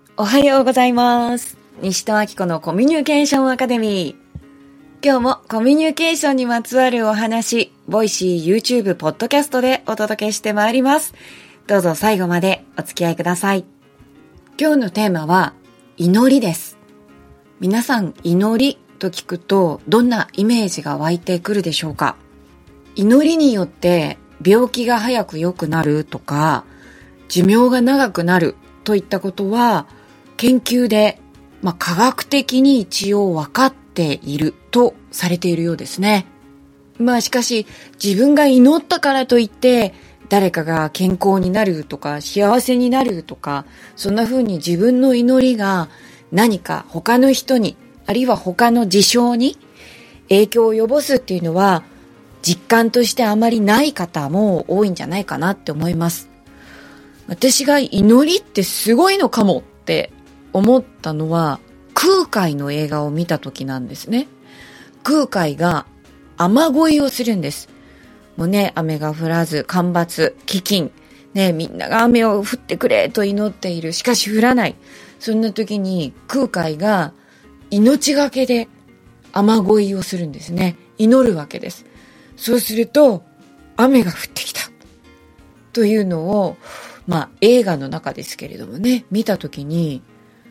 おはようございます。西戸明子のコミュニケーションアカデミー。今日もコミュニケーションにまつわるお話、ボイシー、YouTube、ポッドキャストでお届けしてまいります。どうぞ最後までお付き合いください。今日のテーマは祈りです。皆さん、祈りと聞くとどんなイメージが湧いてくるでしょうか？祈りによって病気が早く良くなるとか、寿命が長くなるといったことは研究で、科学的に一応分かっているとされているようですね。しかし自分が祈ったからといって誰かが健康になるとか幸せになるとか、そんな風に自分の祈りが何か他の人にあるいは他の事象に影響を及ぼすっていうのは実感としてあまりない方も多いんじゃないかなって思います。私が祈りってすごいのかもって思ったのは空海の映画を見た時なんですね。空海が雨乞いをするんです。もうね、雨が降らず干ばつ飢饉ね、みんなが雨を降ってくれと祈っている。しかし降らない。そんな時に空海が命がけで雨乞いをするんですね。祈るわけです。そうすると雨が降ってきたというのを映画の中ですけれどもね、見た時に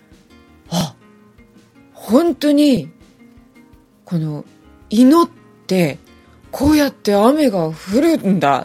本当にこの祈ってこうやって雨が降るんだ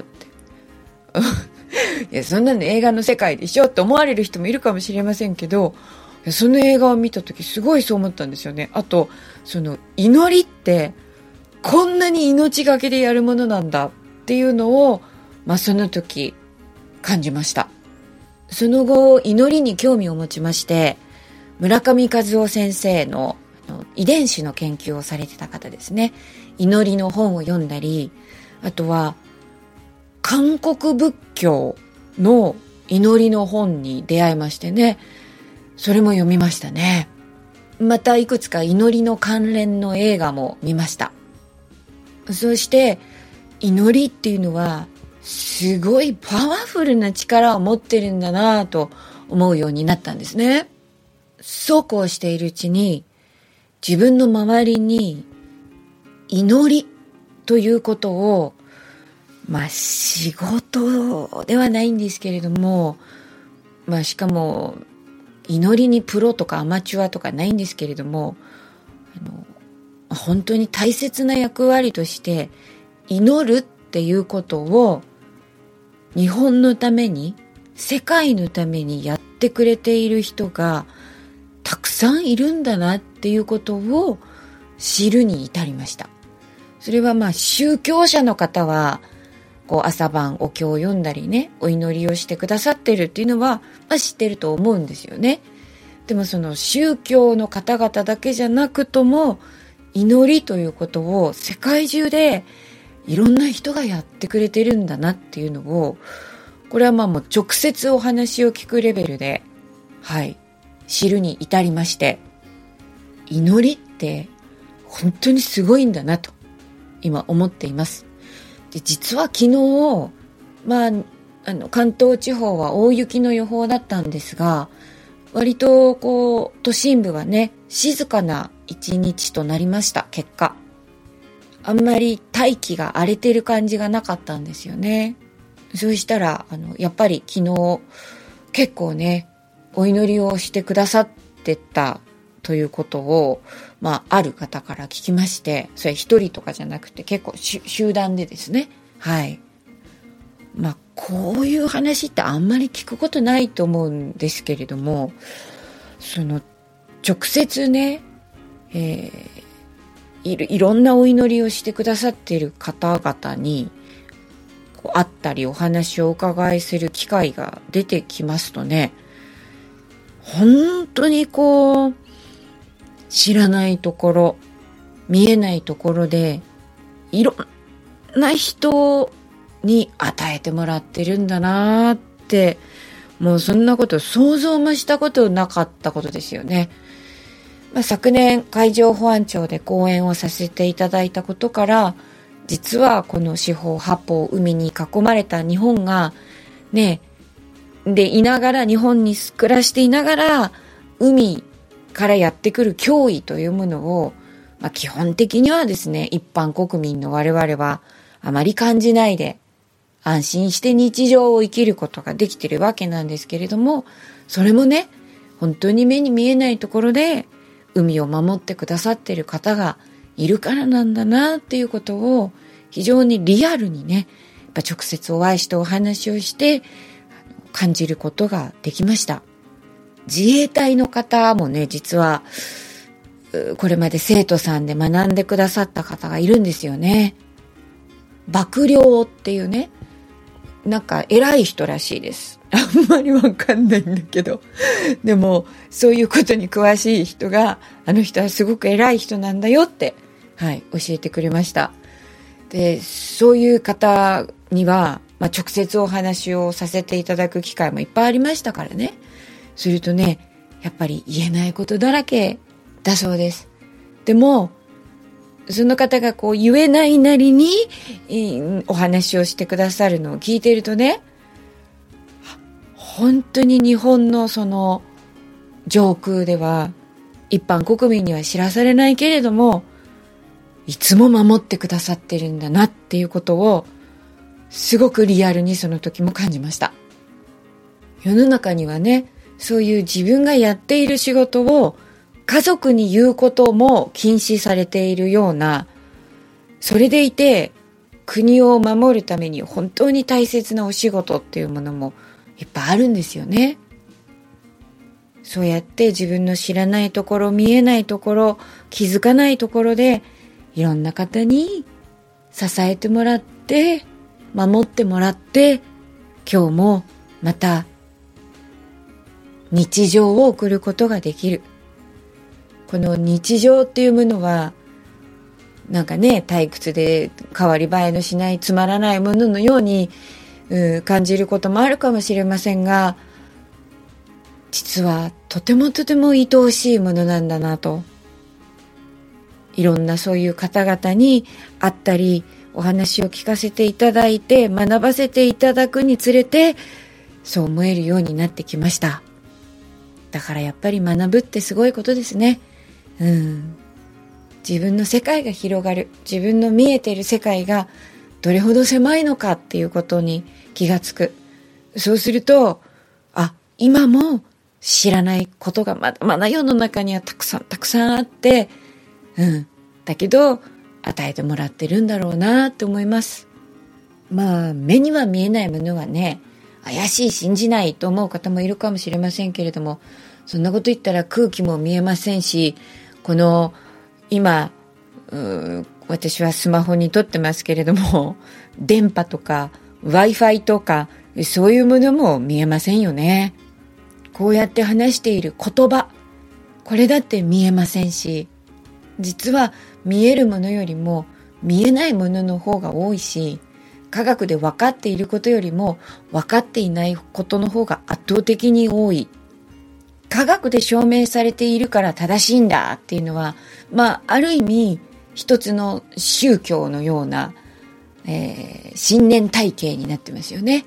っていや、そんなの映画の世界でしょって思われる人もいるかもしれませんけど、その映画を見た時すごいそう思ったんですよね。あとその祈りってこんなに命がけでやるものなんだっていうのを、その時感じました。その後祈りに興味を持ちまして、村上和夫先生の遺伝子の研究をされてた方ですね。祈りの本を読んだり、あとは韓国仏教の祈りの本に出会いましてね、それも読みましたね。またいくつか祈りの関連の映画も見ました。そして祈りっていうのはすごいパワフルな力を持ってるんだなと思うようになったんですね。そうこうしているうちに自分の周りに祈りということを仕事ではないんですけれども、しかも祈りにプロとかアマチュアとかないんですけれども、本当に大切な役割として祈るっていうことを日本のために世界のためにやってくれている人がたくさんいるんだなっていうことを知るに至りました。それは宗教者の方は朝晩お経を読んだりね、お祈りをしてくださってるっていうのは、知ってると思うんですよね。でもその宗教の方々だけじゃなくとも祈りということを世界中でいろんな人がやってくれてるんだなっていうのを、これはもう直接お話を聞くレベルで知るに至りまして、祈りって本当にすごいんだなと今思っています。で、実は昨日関東地方は大雪の予報だったんですが、割と都心部はね静かな一日となりました。結果あんまり大気が荒れてる感じがなかったんですよね。そうしたらやっぱり昨日結構ねお祈りをしてくださってたということを、ある方から聞きまして、それ一人とかじゃなくて結構集団でですね。こういう話ってあんまり聞くことないと思うんですけれども、その直接ね、いろんなお祈りをしてくださっている方々に会ったりお話をお伺いする機会が出てきますとね、本当に知らないところ見えないところでいろんな人に与えてもらってるんだなって、もうそんなこと想像もしたことなかったことですよね。昨年海上保安庁で講演をさせていただいたことから、実はこの四方八方海に囲まれた日本がねでいながら、日本に暮らしていながら海からやってくる脅威というものを、基本的にはですね、一般国民の我々はあまり感じないで安心して日常を生きることができているわけなんですけれども、それもね、本当に目に見えないところで海を守ってくださっている方がいるからなんだなっていうことを非常にリアルにね、直接お会いしてお話をして感じることができました。自衛隊の方もね、実はこれまで生徒さんで学んでくださった方がいるんですよね。幕僚っていうね、なんか偉い人らしいです。あんまりわかんないんだけど、でもそういうことに詳しい人が、あの人はすごく偉い人なんだよって、教えてくれました。で、そういう方には、直接お話をさせていただく機会もいっぱいありましたからね。するとね、やっぱり言えないことだらけだそうです。でもその方が言えないなりにお話をしてくださるのを聞いているとね、本当に日本のその上空では一般国民には知らされないけれども、いつも守ってくださってるんだなっていうことをすごくリアルにその時も感じました。世の中にはね、そういう自分がやっている仕事を家族に言うことも禁止されているような、それでいて国を守るために本当に大切なお仕事っていうものもいっぱいあるんですよね。そうやって自分の知らないところ、見えないところ、気づかないところでいろんな方に支えてもらって、守ってもらって、今日もまた日常を送ることができる。この日常っていうものはなんかね、退屈で変わり映えのしないつまらないもののように感じることもあるかもしれませんが、実はとてもとても愛おしいものなんだなと、いろんなそういう方々に会ったりお話を聞かせていただいて学ばせていただくにつれてそう思えるようになってきました。だからやっぱり学ぶってすごいことですね。自分の世界が広がる、自分の見えている世界がどれほど狭いのかっていうことに気がつく。そうすると、今も知らないことがまだまだ世の中にはたくさんあって、だけど与えてもらってるんだろうなって思います。目には見えないものはね、怪しい、信じないと思う方もいるかもしれませんけれども、そんなこと言ったら空気も見えませんし、この今私はスマホに撮ってますけれども、電波とか Wi-Fi とかそういうものも見えませんよね。こうやって話している言葉、これだって見えませんし、実は見えるものよりも見えないものの方が多いし、科学で分かっていることよりも分かっていないことの方が圧倒的に多い。科学で証明されているから正しいんだっていうのは、ある意味一つの宗教のような、信念体系になってますよね。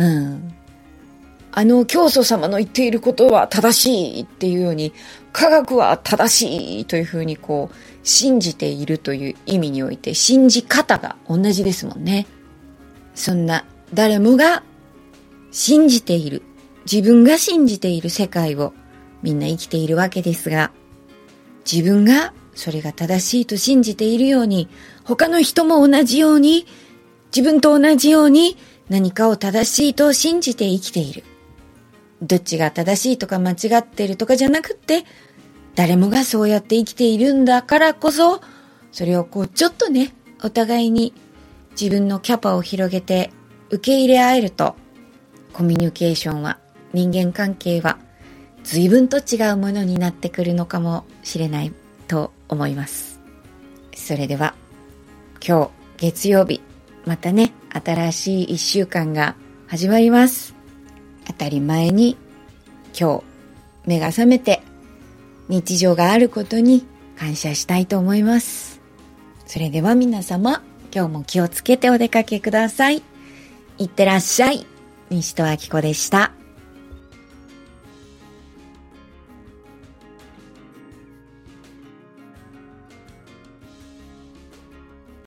教祖様の言っていることは正しいっていうように、科学は正しいというふうに信じているという意味において、信じ方が同じですもんね。そんな誰もが信じている、自分が信じている世界をみんな生きているわけですが、自分がそれが正しいと信じているように、他の人も同じように、自分と同じように何かを正しいと信じて生きている。どっちが正しいとか間違ってるとかじゃなくって、誰もがそうやって生きているんだからこそ、それをちょっとね、お互いに自分のキャパを広げて受け入れ合えると、コミュニケーションは、人間関係は随分と違うものになってくるのかもしれないと思います。それでは今日月曜日、またね、新しい1週間が始まります。当たり前に今日目が覚めて日常があることに感謝したいと思います。それでは皆様、今日も気をつけてお出かけください。いってらっしゃい。西戸明子でした。